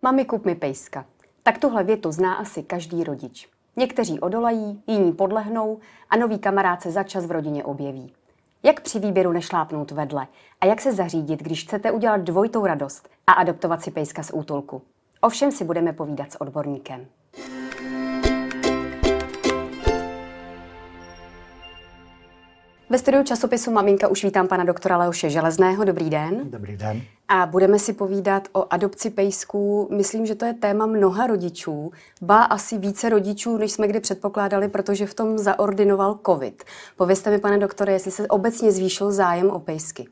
Mami, kup mi pejska. Tak tuhle větu zná asi každý rodič. Někteří odolají, jiní podlehnou a nový kamarád se začas v rodině objeví. Jak při výběru nešlápnout vedle a jak se zařídit, když chcete udělat dvojitou radost a adoptovat si pejska z útulku? O všem si budeme povídat s odborníkem. Ve studiu časopisu Maminka už vítám pana doktora Leoše Železného. Dobrý den. Dobrý den. A budeme si povídat o adopci pejsků. Myslím, že to je téma mnoha rodičů, ba asi více rodičů, než jsme kdy předpokládali, protože v tom zaordinoval covid. Povězte mi, pane doktore, jestli se obecně zvýšil zájem o pejsky.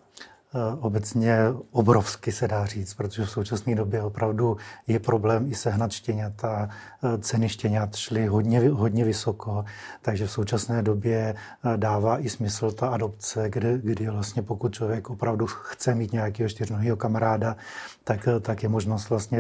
Obecně obrovsky se dá říct, protože v současné době opravdu je problém i sehnat štěňata. Ceny štěňat šly hodně vysoko, takže v současné době dává i smysl ta adopce, kdy vlastně pokud člověk opravdu chce mít nějakého čtyřnohýho kamaráda, tak je možnost vlastně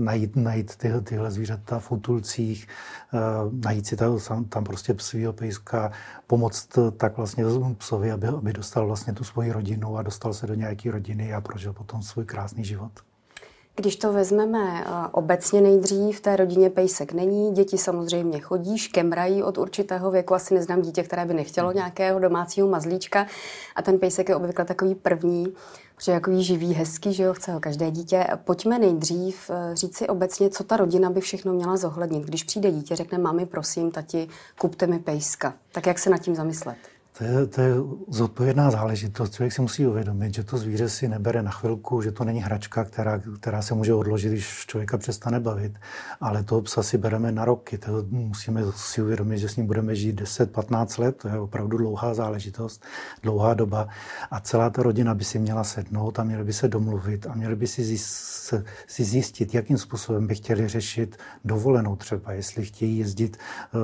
najít tyhle zvířata v útulcích, najít si tam prostě svýho pejska, pomoct tak vlastně psovi, aby dostal vlastně tu svoji rodinu a dostal se do nějaké rodiny a prožil potom svůj krásný život. Když to vezmeme obecně nejdřív, v té rodině pejsek není, děti samozřejmě chodí, škemrají od určitého věku, asi neznám dítě, které by nechtělo nějakého domácího mazlíčka a ten pejsek je obvykle takový první, protože je takový živý, hezký, že jo, chce ho každé dítě. Pojďme nejdřív říct si obecně, co ta rodina by všechno měla zohlednit. Když přijde dítě, řekne mami, prosím, tati, kupte mi pejska. Tak jak se nad tím zamyslet? To je zodpovědná záležitost. Člověk si musí uvědomit, že to zvíře si nebere na chvilku, že to není hračka, která se může odložit, když člověka přestane bavit. Ale toho psa si bereme na roky. To musíme si uvědomit, že s ním budeme žít 10-15 let. To je opravdu dlouhá záležitost, dlouhá doba. A celá ta rodina by si měla sednout a měli by se domluvit a měli by si zjistit, jakým způsobem by chtěli řešit dovolenou třeba, jestli chtějí jezdit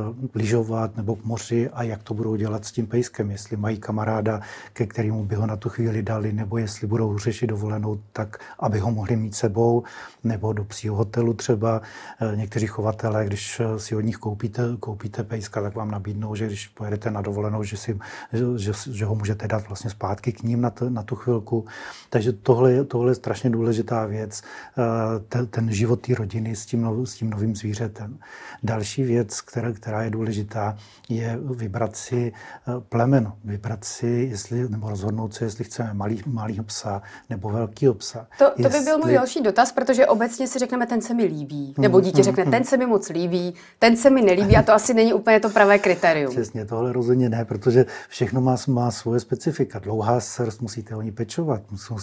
lyžovat nebo k moři a jak to budou dělat s tím pejskem. Jestli mají kamaráda, ke kterému by ho na tu chvíli dali, nebo jestli budou řešit dovolenou tak, aby ho mohli mít sebou, nebo do psího hotelu třeba. Někteří chovatelé, když si od nich koupíte pejska, tak vám nabídnou, že když pojedete na dovolenou, že ho můžete dát vlastně zpátky k ním na tu chvilku. Takže tohle je strašně důležitá věc, ten život té rodiny s tím novým zvířetem. Další věc, která je důležitá, je vybrat si plemeno, vybrat si, nebo rozhodnout se, jestli chceme malýho psa nebo velkýho psa. To by byl můj další dotaz, protože obecně si řekneme, ten se mi líbí. Nebo dítě řekne, ten se mi moc líbí, ten se mi nelíbí a to asi není úplně to pravé kritérium. Přesně, tohle rozhodně ne, protože všechno má svoje specifika. Dlouhá srst, musíte o ní pečovat,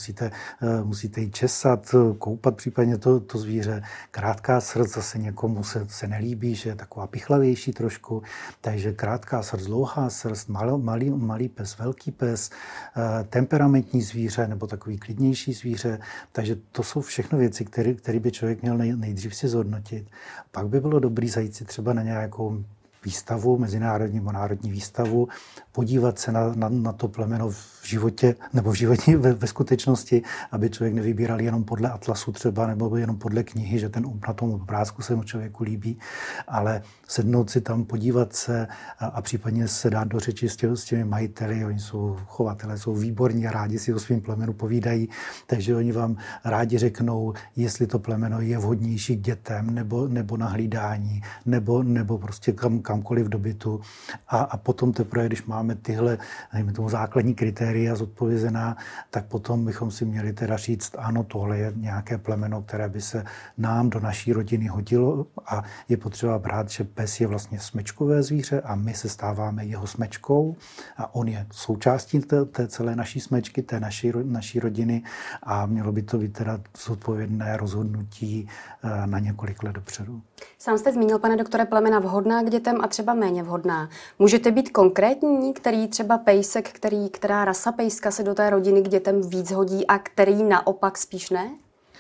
musíte ji česat, koupat případně to zvíře. Krátká srst zase někomu se nelíbí, že je taková pichlavější trošku, takže krátká srst, dlouhá srst, malý pes, velký pes, temperamentní zvíře nebo takový klidnější zvíře. Takže to jsou všechno věci, které by člověk měl nejdřív si zhodnotit. Pak by bylo dobré zajít si třeba na nějakou výstavu, mezinárodní nebo národní výstavu, podívat se na to plemeno v životě, nebo ve skutečnosti, aby člověk nevybíral jenom podle atlasu třeba, nebo jenom podle knihy, že na tom obrázku se mu člověku líbí, ale sednout si tam, podívat se a případně se dát do řeči s těmi majiteli. Oni jsou chovatelé, jsou výborní a rádi si o svým plemenu povídají, takže oni vám rádi řeknou, jestli to plemeno je vhodnější k dětem, nebo na hlídání, nebo prostě kamkoliv do bytu. A potom teprve, když máme tyhle, dejme tomu, základní kritéria zodpovězená, tak potom bychom si měli teda říct, ano, tohle je nějaké plemeno, které by se nám do naší rodiny hodilo a je potřeba brát, že pes je vlastně smečkové zvíře a my se stáváme jeho smečkou a on je součástí té celé naší smečky, té naší rodiny a mělo by to být teda zodpovědné rozhodnutí na několik let dopředu. Sám jste zmínil, pane doktore, plemena vhodná k dětem a třeba méně vhodná. Můžete být konkrétní, který třeba pejsek, která rasa pejska se do té rodiny k dětem víc hodí a který naopak spíš ne?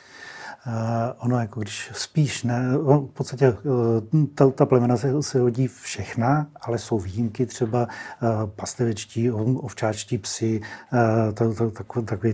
Ono jako když spíš ne, v podstatě ta plemena se hodí všechna, ale jsou výjimky, třeba pastevečtí, ovčáčtí psi, takový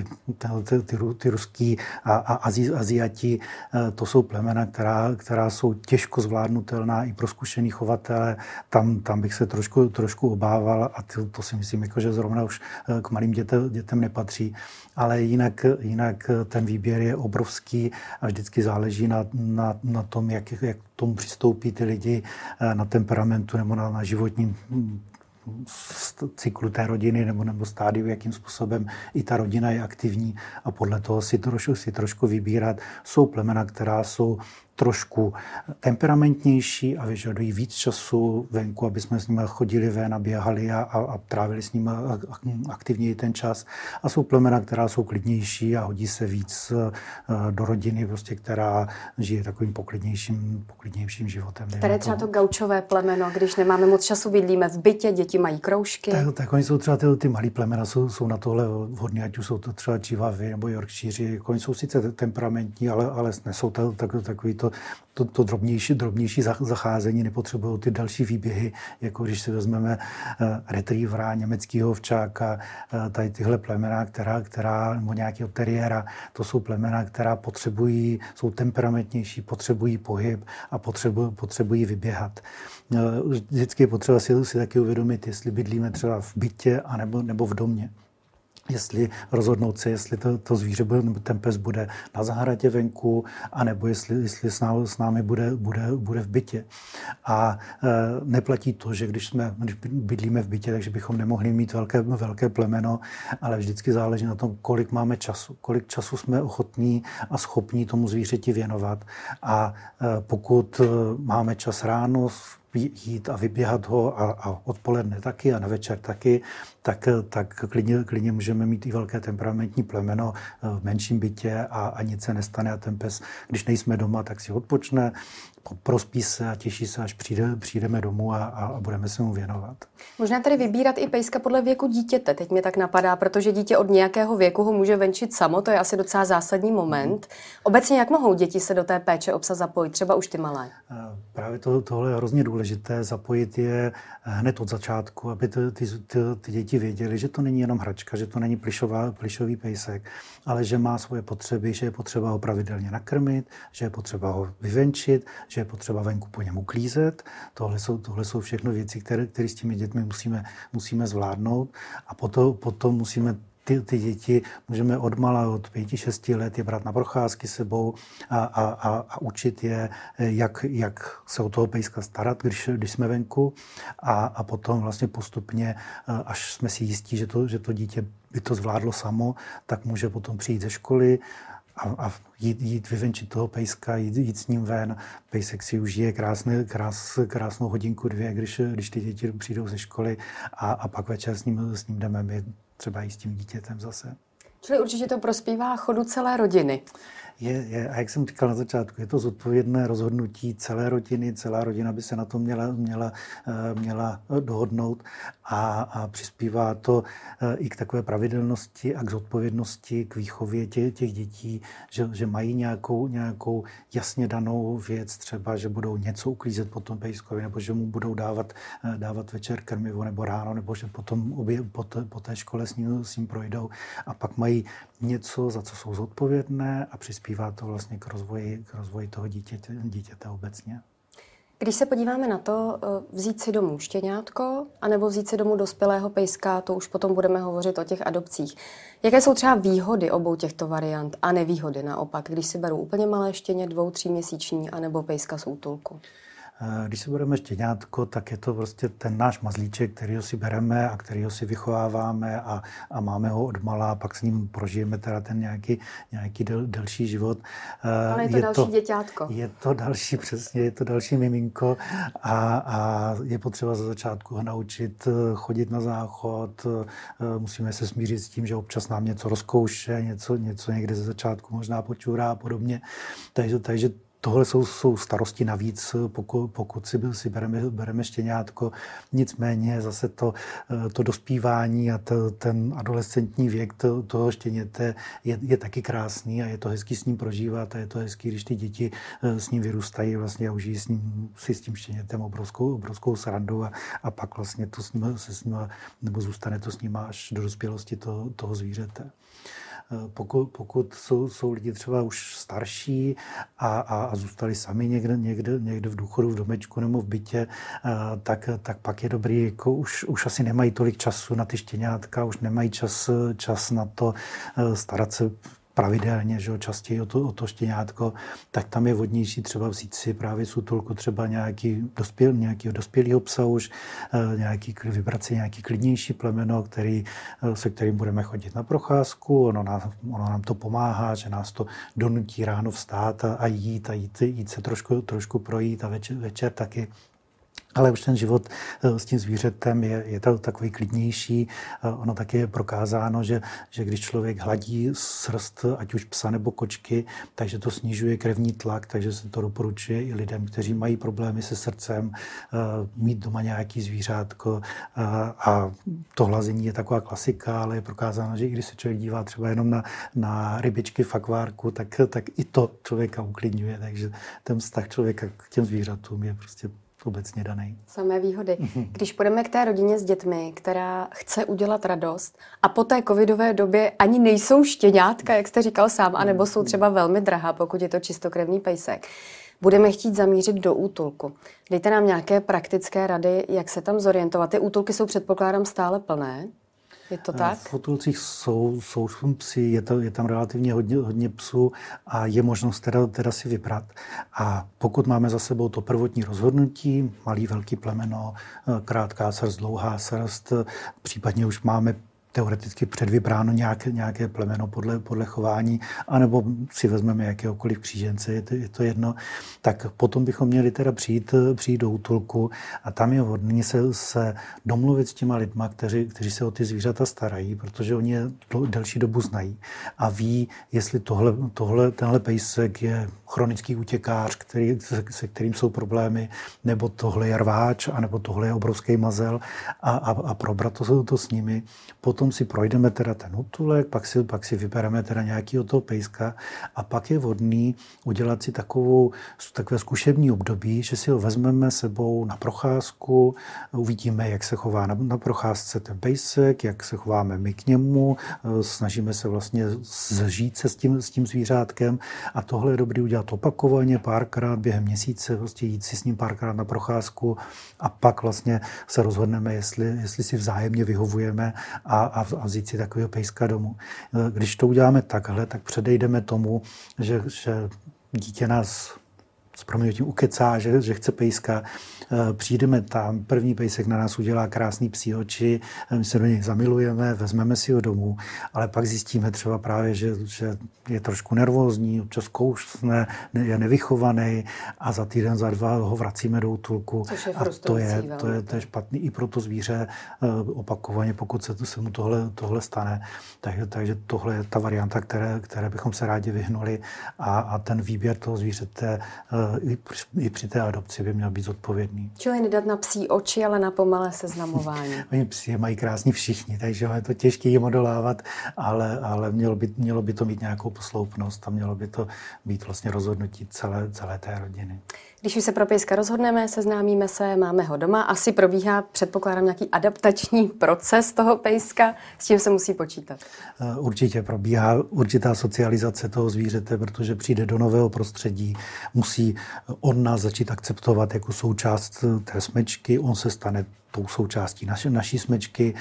ty ruský a Aziati, to jsou plemena, která jsou těžko zvládnutelná i pro zkušený chovatele. Tam bych se trošku obával a to si myslím, jako, že zrovna už k malým dětem nepatří. Ale jinak ten výběr je obrovský. štěstí a vždycky záleží na tom, jak k tomu přistoupí ty lidi, na temperamentu nebo na životním cyklu té rodiny nebo stádiu, jakým způsobem i ta rodina je aktivní a podle toho si trošku vybírat. Jsou plemena, která jsou trošku temperamentnější a vyžadují víc času venku, aby jsme s nimi chodili ven a běhali a trávili s nimi aktivněji ten čas. A jsou plemena, která jsou klidnější a hodí se víc do rodiny, prostě, která žije takovým poklidnějším životem. Které třeba to gaučové plemeno, když nemáme moc času, bydlíme v bytě, děti mají kroužky. Tak oni jsou třeba ty malý plemena, jsou na tohle vhodní, ať už jsou to třeba čivavy nebo yorkshíři. Oni jsou sice temperamentní, ale nesou takový to drobnější zacházení, nepotřebují ty další výběhy, jako když si vezmeme retrievera, německého ovčáka, tady tyhle plemena, která nebo nějakého teriéra, to jsou plemena, která jsou temperamentnější, potřebují pohyb a potřebují vyběhat. Vždycky je potřeba si taky uvědomit, jestli bydlíme třeba v bytě nebo v domě. Jestli rozhodnout se, jestli to zvíře nebo ten pes bude na zahradě venku, anebo jestli s námi bude v bytě. A neplatí to, že když bydlíme v bytě, takže bychom nemohli mít velké plemeno, ale vždycky záleží na tom, kolik máme času. Kolik času jsme ochotní a schopní tomu zvířeti věnovat. A pokud máme čas ráno, jít a vyběhat ho a odpoledne taky a na večer taky, tak klidně můžeme mít i velké temperamentní plemeno v menším bytě a nic se nestane a ten pes, když nejsme doma, tak si odpočne, prospí se a těší se, až přijdeme domů a budeme se mu věnovat. Možná tedy vybírat i pejska podle věku dítěte, teď mě tak napadá, protože dítě od nějakého věku ho může venčit samo, to je asi docela zásadní moment. Obecně jak mohou děti se do té péče o psa zapojit, třeba už ty malé? Právě tohle je hrozně důležité, zapojit je hned od začátku, aby ty děti věděly, že to není jenom hračka, že to není plyšový pejsek, ale že má svoje potřeby, že je potřeba ho pravidelně nakrmit, že je potřeba ho vyvenčit, že je potřeba venku po něm uklízet. Tohle jsou všechno věci, které s těmi dětmi musíme zvládnout a potom musíme ty děti můžeme odmala od 5-6 let je brát na procházky sebou a učit je, jak se o toho pejska starat, když jsme venku a potom vlastně postupně, až jsme si jistí, že to dítě by to zvládlo samo, tak může potom přijít ze školy a jít vyvenčit toho pejska, jít s ním ven. Pejsek si užije krásnou hodinku, 2, když ty děti přijdou ze školy a pak večer s ním jdeme my třeba i s tím dítětem zase. Čili určitě to prospívá chodu celé rodiny. Je, a jak jsem říkal na začátku, je to zodpovědné rozhodnutí celé rodiny, celá rodina by se na to měla dohodnout a přispívá to i k takové pravidelnosti a k zodpovědnosti, k výchově těch dětí, že mají nějakou jasně danou věc, třeba, že budou něco uklízet po tom pejskovi, nebo že mu budou dávat večer krmivo nebo ráno, nebo že potom po té škole s ním projdou a pak mají něco, za co jsou zodpovědné a přispívá to vlastně k rozvoji toho dítěte obecně. Když se podíváme na to, vzít si domů štěňátko, anebo vzít si domů dospělého pejska, to už potom budeme hovořit o těch adopcích. Jaké jsou třeba výhody obou těchto variant a nevýhody naopak, když si beru úplně malé štěně, 2-3 měsíční, anebo pejska z útulku? Když si bereme štěňátko, tak je to prostě ten náš mazlíček, kterýho si bereme a kterýho si vychováváme a máme ho odmala a pak s ním prožijeme teda ten nějaký delší život. Ale je to další děťátko. Je to další, přesně, je to další miminko a je potřeba za začátku ho naučit chodit na záchod. Musíme se smířit s tím, že občas nám něco rozkouše, něco někde ze začátku možná počůrá a podobně. Takže tohle jsou starosti navíc, pokud si bereme štěňátko. Nicméně zase to dospívání a ten adolescentní věk toho štěněte je taky krásný a je to hezký s ním prožívat a je to hezký, když ty děti s ním vyrůstají vlastně a užijí si s tím štěnětem obrovskou srandu a pak vlastně to nebo zůstane to s ním až do dospělosti toho zvířete. Pokud jsou lidi třeba už starší a zůstali sami někde v důchodu, v domečku nebo v bytě, tak pak je dobrý, jako už asi nemají tolik času na ty štěňátka, už nemají čas na to starat se pravidelně, že jo, častěji o to štěňátko, tak tam je vhodnější třeba vzít si právě z útulku třeba nějakého dospělého psa už, vybrat si nějaký klidnější plemeno, se kterým budeme chodit na procházku. Ono nám to pomáhá, že nás to donutí ráno vstát a jít se trošku projít a večer taky. Ale už ten život s tím zvířetem je to takový klidnější. Ono taky je prokázáno, že když člověk hladí srst, ať už psa nebo kočky, takže to snižuje krevní tlak, takže se to doporučuje i lidem, kteří mají problémy se srdcem, mít doma nějaký zvířátko. A to hlazení je taková klasika, ale je prokázáno, že i když se člověk dívá třeba jenom na rybičky v akvárku, tak i to člověka uklidňuje. Takže ten vztah člověka k těm zvířatům je prostě obecně daný. Samé výhody. Když půjdeme k té rodině s dětmi, která chce udělat radost a po té covidové době ani nejsou štěňátka, jak jste říkal sám, anebo jsou třeba velmi drahá, pokud je to čistokrevný pejsek, budeme chtít zamířit do útulku. Dejte nám nějaké praktické rady, jak se tam zorientovat. Ty útulky jsou, předpokládám, stále plné. Je to tak? V útulcích jsou psi, je tam relativně hodně psů a je možnost teda si vybrat. A pokud máme za sebou to prvotní rozhodnutí, malý, velký plemeno, krátká srst, dlouhá srst, případně už máme teoreticky předvybráno nějaké plemeno podle chování, anebo si vezmeme jakéhokoliv křížence, je to jedno, tak potom bychom měli teda přijít do útulku a tam je vhodné se domluvit s těma lidma, kteří se o ty zvířata starají, protože oni je delší dobu znají a ví, jestli tenhle pejsek je chronický utěkář, se kterým jsou problémy, nebo tohle je rváč, anebo tohle je obrovský mazel a probrat to s nimi. Potom si projdeme teda ten útulek, pak si vybereme teda nějakého toho pejska a pak je vhodný udělat si takové zkušební období, že si ho vezmeme sebou na procházku, uvidíme, jak se chová na procházce ten pejsek, jak se chováme my k němu, snažíme se vlastně zžít se s tím zvířátkem a tohle je dobrý udělat opakovaně, párkrát během měsíce, prostě jít si s ním párkrát na procházku a pak vlastně se rozhodneme, jestli si vzájemně vyhovujeme a vzít si takového pejska domů. Když to uděláme takhle, tak předejdeme tomu, že dítě nás s proměnutím ukecá, že chce pejska. Přijdeme tam, první pejsek na nás udělá krásný psí oči, my se do něj zamilujeme, vezmeme si ho domů, ale pak zjistíme třeba právě, že je trošku nervózní, občas koušne, je nevychovaný a za týden, za dva ho vracíme do útulku. Což je a to je tak. špatný i pro to zvíře opakovaně, pokud se mu tohle stane. Takže tohle je ta varianta, které bychom se rádi vyhnuli a ten výběr toho zvířete i při té adopci by měl být zodpovědný. Čili nedat na psí oči, ale na pomalé seznamování. Oni psi mají krásní všichni, takže je to těžké jim odolávat, ale mělo by to mít nějakou posloupnost a mělo by to být vlastně rozhodnutí celé té rodiny. Když už se pro pejska rozhodneme, seznámíme se, máme ho doma, asi probíhá, předpokládám, nějaký adaptační proces toho pejska, s čím se musí počítat? Určitě probíhá určitá socializace toho zvířete, protože přijde do nového prostředí, musí on nás začít akceptovat jako součást té smečky, on se stane tou součástí naší smečky,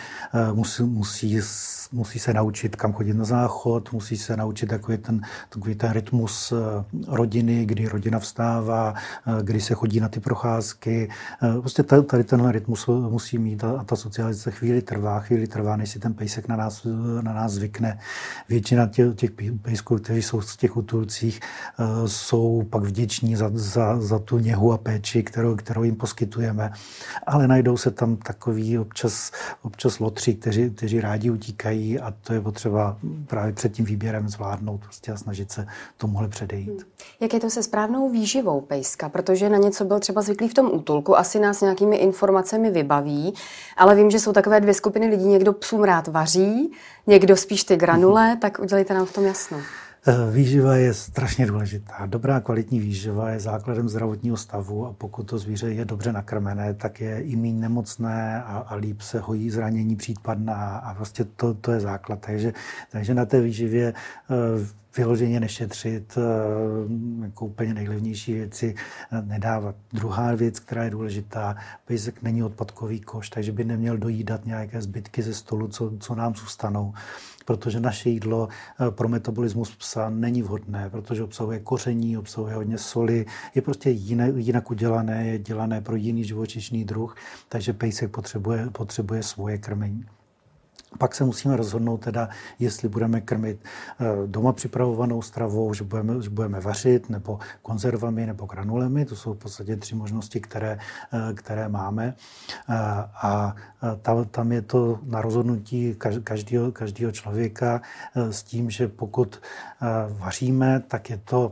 musí se naučit, kam chodit na záchod, musí se naučit takový ten rytmus rodiny, kdy rodina vstává, kdy se chodí na ty procházky. Prostě tady tenhle rytmus musí mít a ta socializace chvíli trvá, než si ten pejsek na nás zvykne. Většina těch pejsků, kteří jsou v těch útulcích, jsou pak vděční za tu něhu a péči, kterou jim poskytujeme. Ale najdou se tam takový občas lotři, kteří rádi utíkají a to je potřeba právě před tím výběrem zvládnout prostě a snažit se tomuhle předejít. Jak je to se správnou výživou pejska? Protože na něco byl třeba zvyklý v tom útulku, asi nás nějakými informacemi vybaví, ale vím, že jsou takové dvě skupiny lidí, někdo psům rád vaří, někdo spíš ty granule, tak udělejte nám v tom jasno. Výživa je strašně důležitá. Dobrá kvalitní výživa je základem zdravotního stavu a pokud to zvíře je dobře nakrmené, tak je i méně nemocné a líp se hojí zranění případná a prostě to je základ. Takže na té výživě vyloženě nešetřit, jako úplně nejlevnější věci nedávat. Druhá věc, která je důležitá, pejsek není odpadkový koš, takže by neměl dojídat nějaké zbytky ze stolu, co nám zůstanou. Protože naše jídlo pro metabolismus psa není vhodné, protože obsahuje koření, obsahuje hodně soli, je prostě jinak udělané, je dělané pro jiný živočišný druh, takže pejsek potřebuje svoje krmení. Pak se musíme rozhodnout teda, jestli budeme krmit doma připravovanou stravou, že budeme vařit, nebo konzervami, nebo granulemi. To jsou v podstatě 3 možnosti, které máme. A tam je to na rozhodnutí každého člověka s tím, že pokud vaříme, tak je to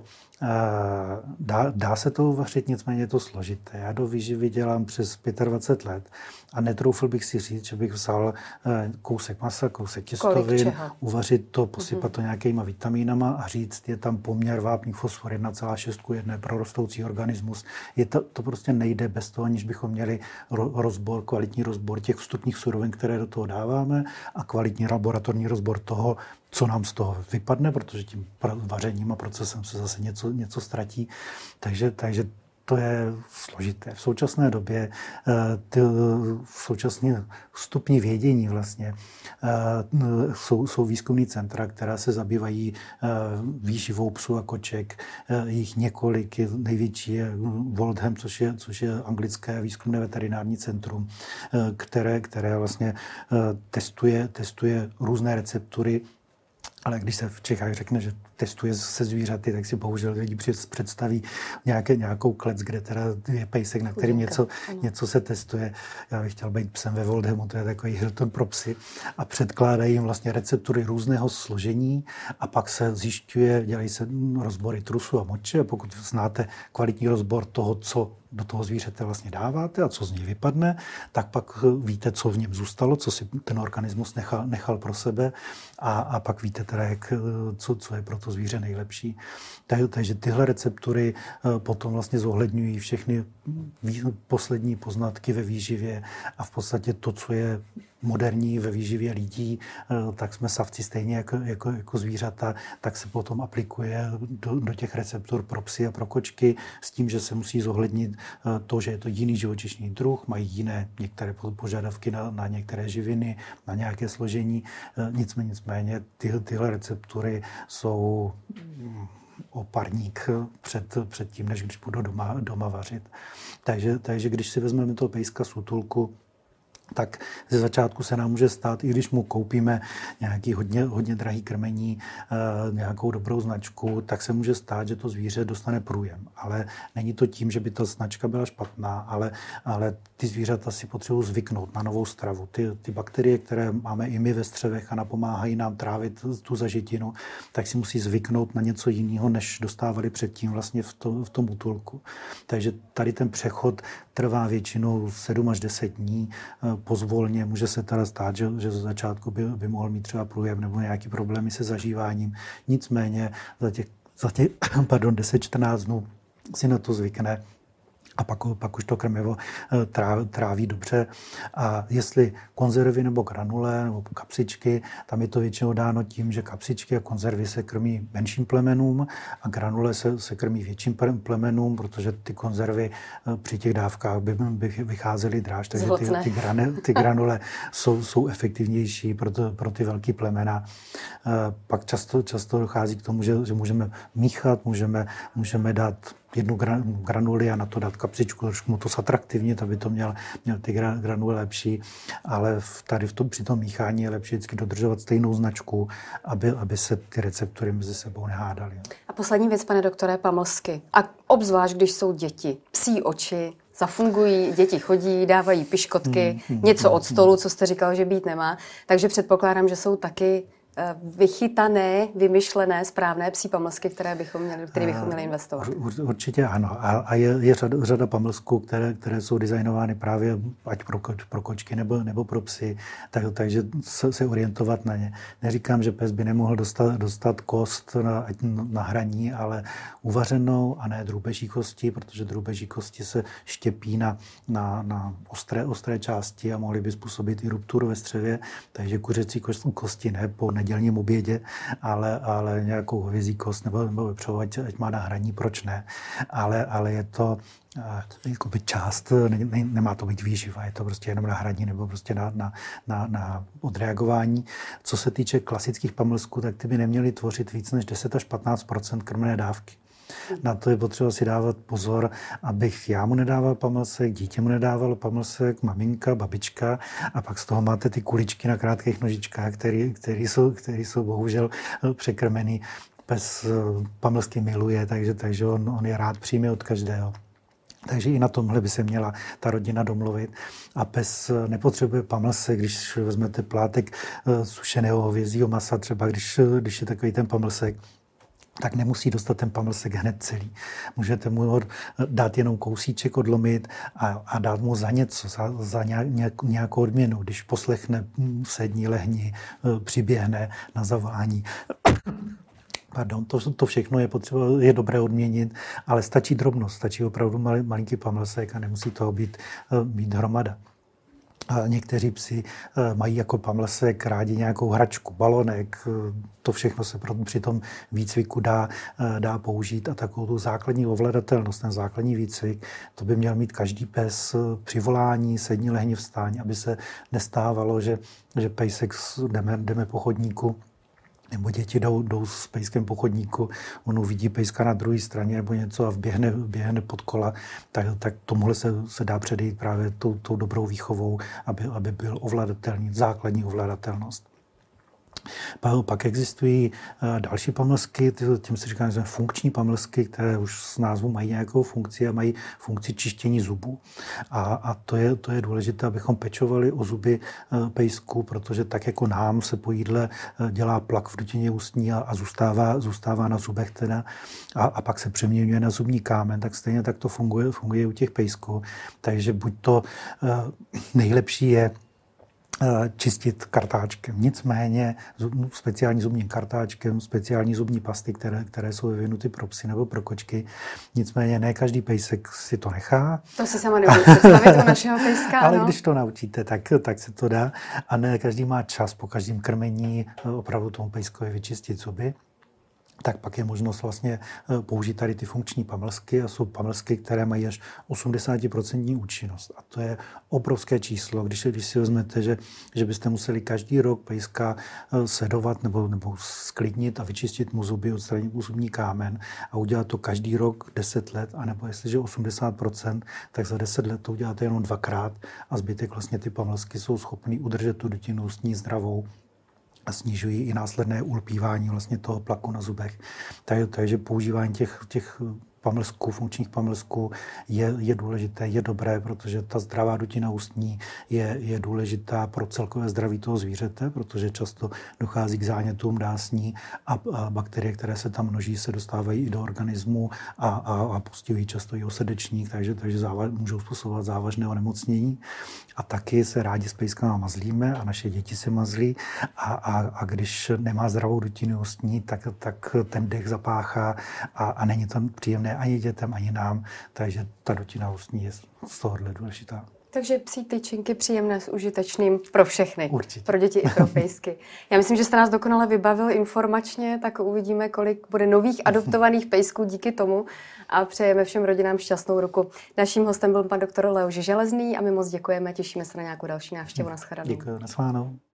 dá se to uvařit, nicméně je to složité. Já do výživy dělám přes 25 let a netroufl bych si říct, že bych vzal kousek masa, kousek těstovin, uvařit to, posypat to nějakýma vitamínama a říct, je tam poměr vápník fosfor 1,6:1 pro rostoucí organismus. To prostě nejde bez toho, aniž bychom měli kvalitní rozbor těch vstupních surovin, které do toho dáváme a kvalitní laboratorní rozbor toho, co nám z toho vypadne, protože tím vařením a procesem se zase něco ztratí. Takže to je složité. V současné době v současné stupni vědění vlastně jsou výzkumní centra, která se zabývají výživou psů a koček. Jich několik, největší je Waltham, což je anglické výzkumné veterinární centrum, které vlastně testuje různé receptury. Ale když se v Čechách řekne, že testuje se zvířaty, tak si bohužel lidi představí nějakou klec, kde teda je pejsek, na kterým něco se testuje. Já bych chtěl být psem ve Walthamu, to je takový Hilton pro psy. A předkládají jim vlastně receptury různého složení a pak se zjišťuje, dělají se rozbory trusu a moče. A pokud znáte kvalitní rozbor toho, co do toho zvířete vlastně dáváte a co z něj vypadne, tak pak víte, co v něm zůstalo, co si ten organismus nechal pro sebe a pak víte teda, co je pro to zvíře nejlepší. Takže tyhle receptury potom vlastně zohledňují všechny poslední poznatky ve výživě a v podstatě to, co je moderní ve výživě lidí, tak jsme savci stejně jako zvířata, tak se potom aplikuje do těch receptur pro psy a pro kočky s tím, že se musí zohlednit to, že je to jiný živočišný druh, mají jiné některé požadavky na některé živiny, na nějaké složení. Nicméně tyhle receptury jsou o parník před tím, než když budu doma vařit. Takže když si vezmeme toho pejska z útulku, tak ze začátku se nám může stát, i když mu koupíme nějaký hodně drahý krmení, nějakou dobrou značku, tak se může stát, že to zvíře dostane průjem. Ale není to tím, že by ta značka byla špatná, ale ty zvířata si potřebují zvyknout na novou stravu. Ty bakterie, které máme i my ve střevech a napomáhají nám trávit tu zažitinu, tak si musí zvyknout na něco jiného, než dostávali předtím vlastně v tom útulku. Takže tady ten přechod trvá většinou 7 až 10 dní. Pozvolně může se teda stát, že ze začátku by mohl mít třeba průjem nebo nějaký problémy se zažíváním. Nicméně za těch 10-14 dnů si na to zvykne a pak už to krmivo tráví dobře. A jestli konzervy nebo granule nebo kapsičky, tam je to většinou dáno tím, že kapsičky a konzervy se krmí menším plemenům a granule se krmí větším plemenům, protože ty konzervy při těch dávkách by vycházely dráž, takže ty granule jsou efektivnější pro ty velký plemena. Pak často dochází k tomu, že můžeme míchat, můžeme dát jednu granuli a na to dát kapsičku, trošku mu to zatraktivnit, aby to měl ty granule lepší, ale při tom míchání je lepší vždycky dodržovat stejnou značku, aby se ty receptory mezi sebou nehádaly. A poslední věc, pane doktore, pamlsky. A obzvlášť, když jsou děti. Psí oči zafungují, děti chodí, dávají piškotky, něco od stolu, co jste říkal, že být nemá. Takže předpokládám, že jsou taky vychytané, vymyšlené, správné psí pamlsky, které bychom měli investovat. Určitě ano. A je řada pamlsků, které jsou designovány právě ať pro kočky nebo pro psy, takže se orientovat na ně. Neříkám, že pes by nemohl dostat kost na hraní, ale uvařenou a ne drůbeží kosti, protože drůbeží kosti se štěpí na ostré části a mohly by způsobit i rupturu ve střevě, takže kuřecí kosti ne po nedělním obědě, ale nějakou hovězí kost nebo vepřovou, ať má na hraní, proč ne. Ale je to jakoby část, nemá to být výživa, je to prostě jenom na hraní nebo prostě na odreagování. Co se týče klasických pamlsků, tak ty by neměly tvořit víc než 10 až 15% krmné dávky. Na to je potřeba si dávat pozor, abych já mu nedával pamlsek, dítě mu nedávalo pamlsek, maminka, babička a pak z toho máte ty kuličky na krátkých nožičkách, které jsou bohužel překrmený. Pes pamlsky miluje, takže on je rád přijme od každého. Takže i na tomhle by se měla ta rodina domluvit. A pes nepotřebuje pamlsek, když vezmete plátek sušeného hovězího masa, třeba když je takový ten pamlsek, tak nemusí dostat ten pamlsek hned celý. Můžete mu ho dát jenom kousíček, odlomit a dát mu za něco, za nějakou odměnu. Když poslechne sedni, lehni, přiběhne na zavolání. Pardon, to všechno je potřeba, je dobré odměnit, ale stačí drobnost, stačí opravdu malinký pamlsek a nemusí toho být hromada. A někteří psi mají jako pamlsek rádi nějakou hračku, balonek, to všechno se při tom výcviku dá použít a takovou tu základní ovladatelnost, ten základní výcvik, to by měl mít každý pes při volání, sedni, lehni, vstáň, aby se nestávalo, že pejsek jdeme po chodníku, nebo děti jdou s pejskem po chodníku, on uvidí pejska na druhé straně nebo něco a vběhne pod kola, tak tomuhle se dá předejít právě tou dobrou výchovou, aby byl ovladatelný, základní ovladatelnost. Pak existují další pamlsky, tím se říká, že funkční pamlsky, které už z názvu mají nějakou funkci a mají funkci čištění zubů. A to je důležité, abychom pečovali o zuby pejsku, protože tak jako nám se po jídle dělá plak v dutině ústní a zůstává na zubech teda, a pak se přeměňuje na zubní kámen, tak stejně tak to funguje u těch pejsků. Takže buď to nejlepší je čistit kartáčkem. Nicméně speciální zubním kartáčkem, speciální zubní pasty, které jsou vyvinuty pro psy nebo pro kočky. Nicméně ne každý pejsek si to nechá. To si sama nemůžu představit u našeho pejska. Ale když to naučíte, tak se to dá. A ne každý má čas po každém krmení opravdu tomu pejskovi vyčistit zuby. Tak pak je možnost vlastně použít tady ty funkční pamlsky a jsou pamlsky, které mají až 80% účinnost. A to je obrovské číslo, když si vezmete, že byste museli každý rok pejska sedovat nebo sklidnit a vyčistit mu zuby, odstranit mu zubní kámen a udělat to každý rok 10 let, anebo jestliže 80%, tak za 10 let to uděláte jenom 2krát a zbytek vlastně ty pamlsky jsou schopný udržet tu dutinu ústní zdravou a snižují i následné ulpívání vlastně toho plaku na zubech. Takže používání těch pamlsků, funkčních pamlsků je důležité, je dobré, protože ta zdravá dutina ústní je důležitá pro celkové zdraví toho zvířete, protože často dochází k zánětům dásní a bakterie, které se tam množí, se dostávají i do organismu a postihují často i srdečník, takže můžou způsobovat závažné onemocnění. A taky se rádi s pejskama mazlíme a naše děti se mazlí a když nemá zdravou dutinu ústní, tak ten dech zapáchá a není to příjemné ani dětem, ani nám, takže ta dutina ústní je z tohohle důležitá. Takže psí tyčinky příjemné s užitečným pro všechny. Určitě. Pro děti i pro pejsky. Já myslím, že jste nás dokonale vybavil informačně, tak uvidíme, kolik bude nových adoptovaných pejsků díky tomu a přejeme všem rodinám šťastnou ruku. Naším hostem byl pan doktor Leoš Železný a my moc děkujeme, těšíme se na nějakou další návštěvu. Naschledanou. Děkuji, nashledanou.